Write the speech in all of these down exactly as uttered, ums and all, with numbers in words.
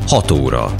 hat óra.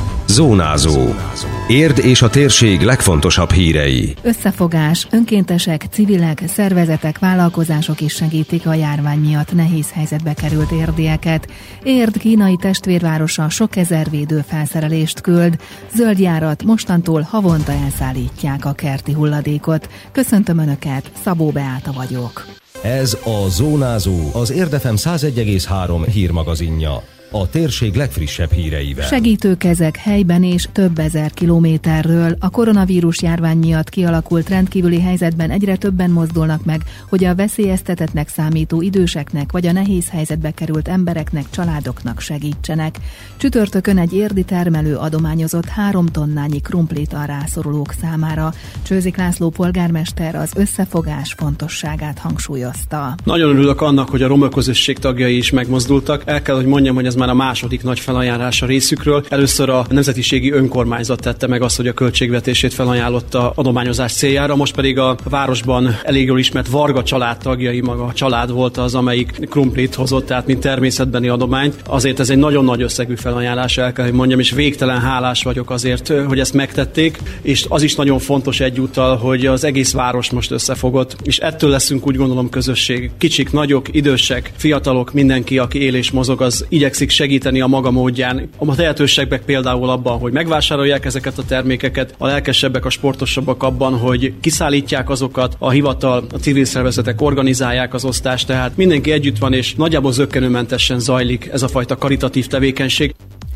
Zónázó. Érd és a térség legfontosabb hírei. Összefogás, önkéntesek, civilek, szervezetek, vállalkozások is segítik a járvány miatt nehéz helyzetbe került érdieket. Érd kínai testvérvárosa sok ezer védőfelszerelést küld. Zöld járat, mostantól havonta elszállítják a kerti hulladékot. Köszöntöm Önöket, Szabó Beáta vagyok. Ez a Zónázó, az Érd ef em száz egy egész három hírmagazinja. A térség legfrissebb híreivel. Segítőkezek helyben és több ezer kilométerről. A koronavírus járvány miatt kialakult rendkívüli helyzetben egyre többen mozdulnak meg, hogy a veszélyeztetettnek számító időseknek vagy a nehéz helyzetbe került embereknek, családoknak segítsenek. Csütörtökön egy érdi termelő adományozott három tonnányi krumplit a rászorulók számára. Csőzik László polgármester az összefogás fontosságát hangsúlyozta. Nagyon örülök annak, hogy a roma közösség tagjai is megmozdultak. El kell, hogy mondjam, hogy ez már a második nagy felajánlás a részükről. Először a nemzetiségi önkormányzat tette meg azt, hogy a költségvetését felajánlotta adományozás céljára, most pedig a városban elég jól ismert Varga család tagjai, maga a család volt az, amelyik krumplit hozott, tehát mint természetbeni adományt. Azért ez egy nagyon nagy összegű felajánlás, el kell, hogy mondjam, és végtelen hálás vagyok azért, hogy ezt megtették, és az is nagyon fontos egyúttal, hogy az egész város most összefogott, és ettől leszünk, úgy gondolom, közösség. Kicsik, nagyok, idősek, fiatalok, mindenki, aki él és mozog, az igyekszik segíteni a maga módján. A tehetősebbek például abban, hogy megvásárolják ezeket a termékeket, a lelkesebbek, a sportosabbak abban, hogy kiszállítják azokat, a hivatal, a civil szervezetek organizálják az osztást, tehát mindenki együtt van, és nagyjából zökkenőmentesen zajlik ez a fajta karitatív tevékenység.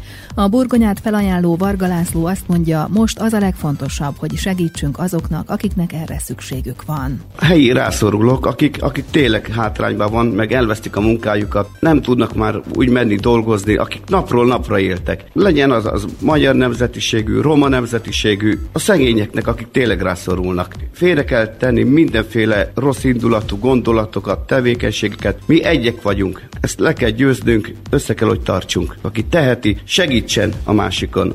A burgonyát felajánló Varga László azt mondja, most az a legfontosabb, hogy segítsünk azoknak, akiknek erre szükségük van. A helyi rászorulók, akik, akik tényleg hátrányban van, meg elvesztik a munkájukat, nem tudnak már úgy menni dolgozni, akik napról napra éltek. Legyen az, az magyar nemzetiségű, roma nemzetiségű, a szegényeknek, akik tényleg rászorulnak. Félre kell tenni mindenféle rossz indulatú gondolatokat, tevékenységeket. Mi egyek vagyunk. Ezt le kell győznünk, össze kell, hogy tartsunk. Aki teheti, segít a másikon.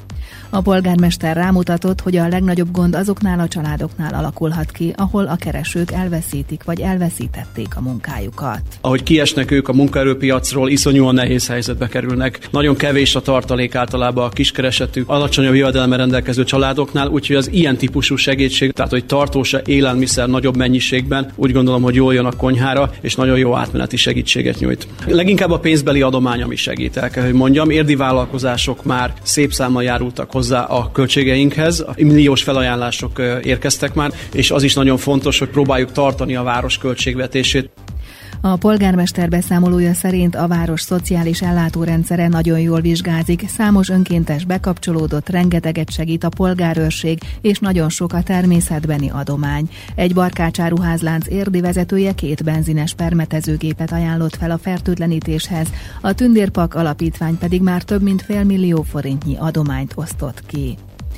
A polgármester rámutatott, hogy a legnagyobb gond azoknál a családoknál alakulhat ki, ahol a keresők elveszítik vagy elveszítették a munkájukat. Ahogy kiesnek ők a munkaerőpiacról, iszonyúan nehéz helyzetbe kerülnek. Nagyon kevés a tartalék általában a kiskeresetű, alacsonyabb jövedelemmel rendelkező családoknál, úgyhogy az ilyen típusú segítség, tehát hogy tartós élelmiszer nagyobb mennyiségben, úgy gondolom, hogy jól jön a konyhára, és nagyon jó átmeneti segítséget nyújt. Leginkább a pénzbeli adomány, ami segít, el kell, hogy mondjam. Érdi vállalkozások már szép számmal járultak hozzá a költségeinkhez. Milliós felajánlások érkeztek már, és az is nagyon fontos, hogy próbáljuk tartani a város költségvetését. A polgármester beszámolója szerint a város szociális ellátórendszere nagyon jól vizsgázik, számos önkéntes bekapcsolódott, rengeteget segít a polgárőrség, és nagyon sok a természetbeni adomány. Egy barkácsáruházlánc érdi vezetője két benzines permetezőgépet ajánlott fel a fertőtlenítéshez, a Tündérpak alapítvány pedig már több mint fél millió forintnyi adományt osztott ki.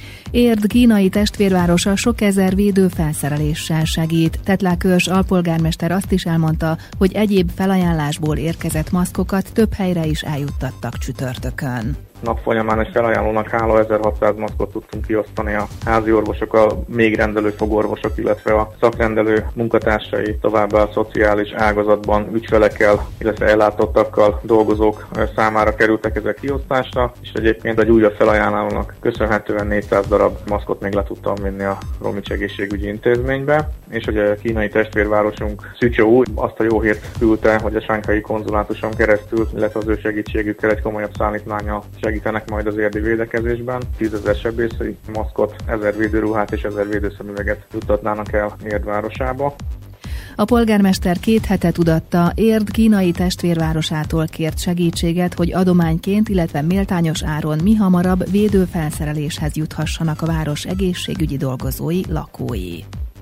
Érd kínai testvérvárosa sok ezer védőfelszereléssel segít. Tetlák Őrs alpolgármester azt is elmondta, hogy egyéb felajánlásból érkezett maszkokat több helyre is eljuttattak csütörtökön. Nap folyamán egy felajánlónak álló ezerhatszáz maszkot tudtunk kiosztani a házi orvosok, a még rendelő fogorvosok, illetve a szakrendelő munkatársai, továbbá a szociális ágazatban ügyfelekkel, illetve ellátottakkal dolgozók számára kerültek ezek kiosztásra, és egyébként egy újabb felajánlónak köszönhetően négyszáz darab maszkot még le tudtam vinni a Romics egészségügyi intézménybe, és hogy a kínai testvérvárosunk Szücsó azt a jó hírt küldte, hogy a sánghai konzulátuson keresztül, illetve az ő segítségükkel egy komolyabb szállítmánnyal segítenek majd az érdi védekezésben. tízezer sebészeti maszkot, ezer védőruhát és ezer védőszemüveget juttatnának el Érd városába. A polgármester két hete tudatta, Érd kínai testvérvárosától kért segítséget, hogy adományként, illetve méltányos áron mihamarabb védőfelszereléshez juthassanak a város egészségügyi dolgozói, lakói.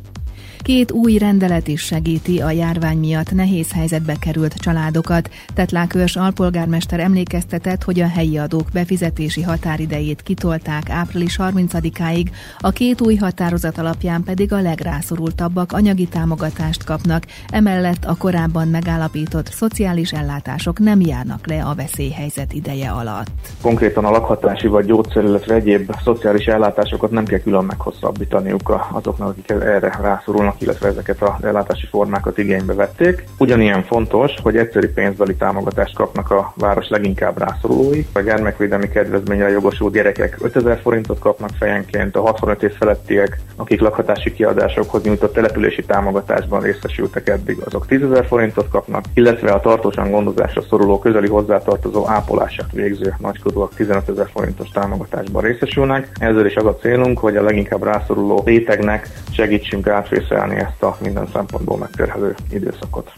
Két új rendelet is segíti a járvány miatt nehéz helyzetbe került családokat. Tetlák Őrs alpolgármester emlékeztetett, hogy a helyi adók befizetési határidejét kitolták április harmincadikáig, a két új határozat alapján pedig a legrászorultabbak anyagi támogatást kapnak, emellett a korábban megállapított szociális ellátások nem járnak le a veszélyhelyzet ideje alatt. Konkrétan a lakhatási vagy gyógyszer, illetve egyéb szociális ellátásokat nem kell külön meghosszabbítaniuk azoknak, akik erre rászorulnak vannak, illetve ezeket az ellátási formákat igénybe vették. Ugyanilyen fontos, hogy egyszerű pénzbeli támogatást kapnak a város leginkább rászorulói. A gyermekvédelmi kedvezményre jogosult gyerekek ötezer forintot kapnak fejenként, a hatvanöt év felettiek, akik lakhatási kiadásokhoz nyújtott települési támogatásban részesültek eddig, azok tízezer forintot kapnak, illetve a tartósan gondozásra szoruló közeli hozzátartozó ápolását végző nagykorúak tizenötezer forintos támogatásban részesülnek. Ezzel is az a célunk, hogy a leginkább rászoruló rétegnek segítsünk átvészelni ezt a minden szempontból megterhelő időszakot.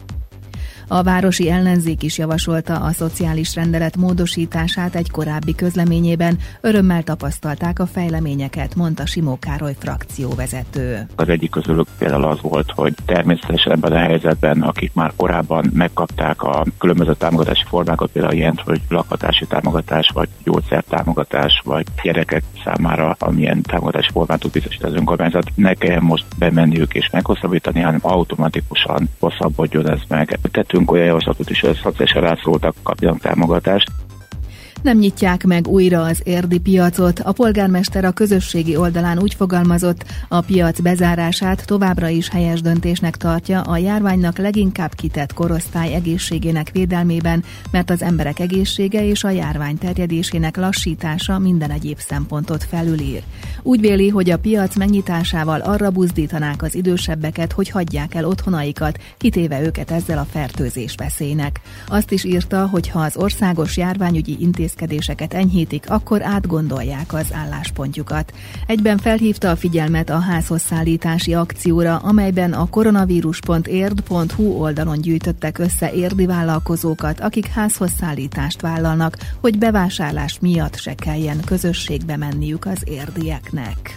A városi ellenzék is javasolta a szociális rendelet módosítását egy korábbi közleményében. Örömmel tapasztalták a fejleményeket, mondta Simó Károly frakcióvezető. Az egyik közülük például az volt, hogy természetesen ebben a helyzetben, akik már korábban megkapták a különböző támogatási formákat, például ilyen, hogy lakhatási támogatás, vagy gyógyszertámogatás, vagy gyerekek számára amilyen támogatási formát tud biztosítani az önkormányzat, ne kelljen most bemenniük és meghosszabbítani, hanem automatikusan hosszabbodjon ez meg. Tettünk olyan javaslatot is, hogy a szociálisan rászorultak kapjanak támogatást. Nem nyitják meg újra az érdi piacot. A polgármester a közösségi oldalán úgy fogalmazott, a piac bezárását továbbra is helyes döntésnek tartja a járványnak leginkább kitett korosztály egészségének védelmében, mert az emberek egészsége és a járvány terjedésének lassítása minden egyéb szempontot felülír. Úgy véli, hogy a piac megnyitásával arra buzdítanák az idősebbeket, hogy hagyják el otthonaikat, kitéve őket ezzel a fertőzés veszélynek. Azt is írta, hogy ha az országos járványügyi intézkedéseket enyhítik, akkor átgondolják az álláspontjukat. Egyben felhívta a figyelmet a házhozszállítási akcióra, amelyben a koronavírus pont érd pont hu oldalon gyűjtöttek össze érdi vállalkozókat, akik házhozszállítást vállalnak, hogy bevásárlás miatt se kelljen közösségbe menniük az érdieknek.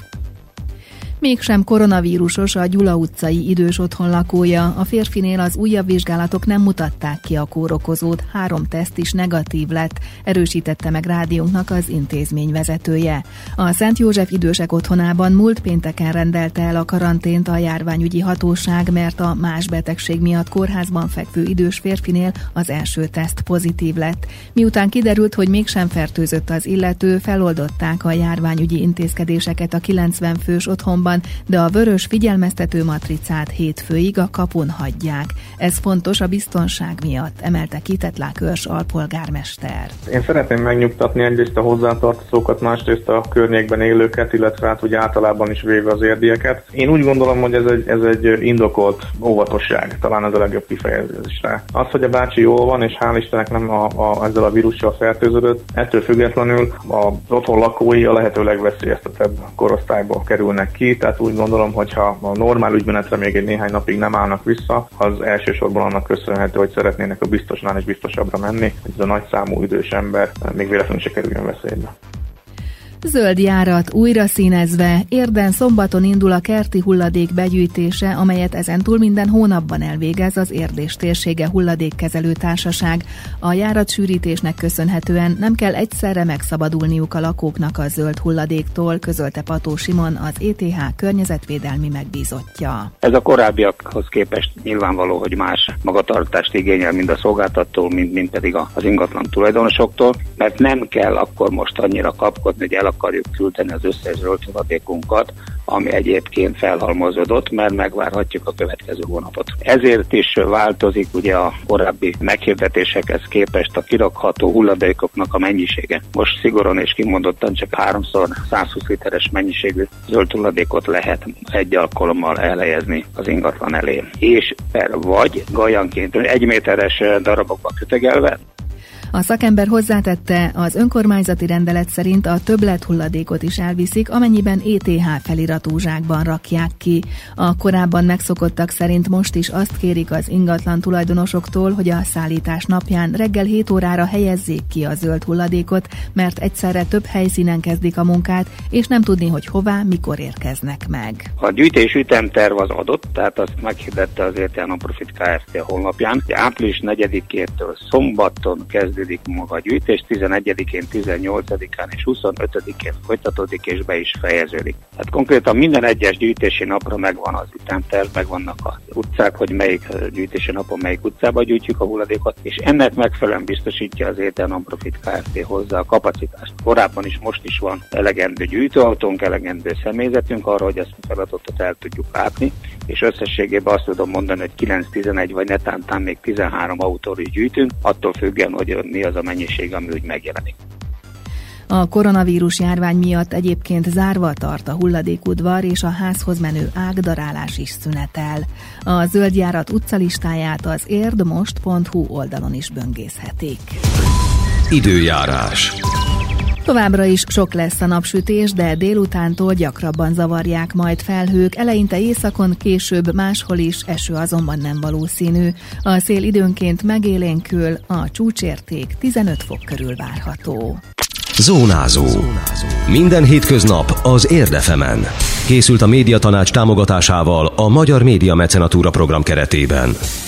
Mégsem koronavírusos a Gyula utcai idős otthon lakója. A férfinél az újabb vizsgálatok nem mutatták ki a kórokozót, három teszt is negatív lett, erősítette meg rádiónknak az intézmény vezetője. A Szent József idősek otthonában múlt pénteken rendelte el a karantént a járványügyi hatóság, mert a más betegség miatt kórházban fekvő idős férfinél az első teszt pozitív lett. Miután kiderült, hogy mégsem fertőzött az illető, feloldották a járványügyi intézkedéseket a kilencven fős otthonban, de a vörös figyelmeztető matricát hétfőig a kapun hagyják. Ez fontos a biztonság miatt, emelte ki Tetlák Őrs alpolgármester. Én szeretném megnyugtatni egyrészt a hozzátartozókat, másrészt a környékben élőket, illetve hát úgy általában is véve az érdieket. Én úgy gondolom, hogy ez egy, ez egy indokolt óvatosság, talán ez a legjobb kifejezésre. Az, hogy a bácsi jól van, és hál' Istennek nem a, a, ezzel a vírussal fertőződött, ettől függetlenül az otthon lakói a lehető legveszélyeztetebb korosztályból kerülnek ki. Tehát úgy gondolom, hogy ha a normál ügymenetre még egy néhány napig nem állnak vissza, az elsősorban annak köszönhető, hogy szeretnének a biztosnál és biztosabbra menni, hogy ez a nagyszámú idős ember még véletlenül se kerüljön veszélybe. Zöld járat újra színezve. Érden szombaton indul a kerti hulladék begyűjtése, amelyet ezentúl minden hónapban elvégez az Érdés térsége hulladékkezelő társaság. A járatsűrítésnek köszönhetően nem kell egyszerre megszabadulniuk a lakóknak a zöld hulladéktól, közölte Pató Simon, az é té há környezetvédelmi megbízottja. Ez a korábbiakhoz képest nyilvánvaló, hogy más magatartást igényel mind a szolgáltatótól, mind, mind pedig az ingatlan tulajdonosoktól, mert nem kell akkor most annyira kapkodni, hogy el akarjuk küldeni az összes zöld hulladékunkat, ami egyébként felhalmozódott, mert megvárhatjuk a következő hónapot. Ezért is változik ugye a korábbi meghirdetésekhez képest a kirakható hulladékoknak a mennyisége. Most szigorúan és kimondottan csak háromszor százhúsz literes mennyiségű zöld hulladékot lehet egy alkalommal elhelyezni az ingatlan elé. És per vagy gajanként egy méteres darabokba kötegelve. A szakember hozzátette, az önkormányzati rendelet szerint a többlet hulladékot is elviszik, amennyiben é té há feliratú zsákban rakják ki. A korábban megszokottak szerint most is azt kérik az ingatlan tulajdonosoktól, hogy a szállítás napján reggel hét órára helyezzék ki a zöld hulladékot, mert egyszerre több helyszínen kezdik a munkát, és nem tudni, hogy hová, mikor érkeznek meg. A gyűjtés ütemterv az adott, tehát azt meghirdette az é té há Non-Profit Kft. Honlapján. Április negyedikétől szombaton kezd kezdődik maga a gyűjtés, tizenegyedikén, tizennyolcadikán és huszonötödikén folytatódik és be is fejeződik. Hát konkrétan minden egyes gyűjtési napra megvan az ütemterv, megvannak az utcák, hogy melyik gyűjtési napon melyik utcába gyűjtjük a hulladékot, és ennek megfelelően biztosítja az Érd Non-Profit Kft. Hozzá a kapacitást. Korábban is, most is van elegendő gyűjtőautónk, elegendő személyzetünk arra, hogy ezt a feladatot el tudjuk látni, és összességében azt tudom mondani, hogy kilenc tizenegy vagy netántán még tizenhárom autóról gyűjtünk, attól függően, hogy mi az a mennyiség, ami úgy megjelenik. A koronavírus járvány miatt egyébként zárva tart a hulladékudvar, és a házhoz menő ágdarálás is szünetel. A zöldjárat utcalistáját az érdmost pont hu oldalon is böngészhetik. Időjárás. Továbbra is sok lesz a napsütés, de délutántól gyakrabban zavarják majd felhők, eleinte északon, később máshol is, eső azonban nem valószínű. A szél időnként megélénkül, a csúcsérték tizenöt fok körül várható. Zónázó. Minden hétköznap az Érd ef emen. Készült a Médiatanács támogatásával a Magyar Média Mecenatúra program keretében.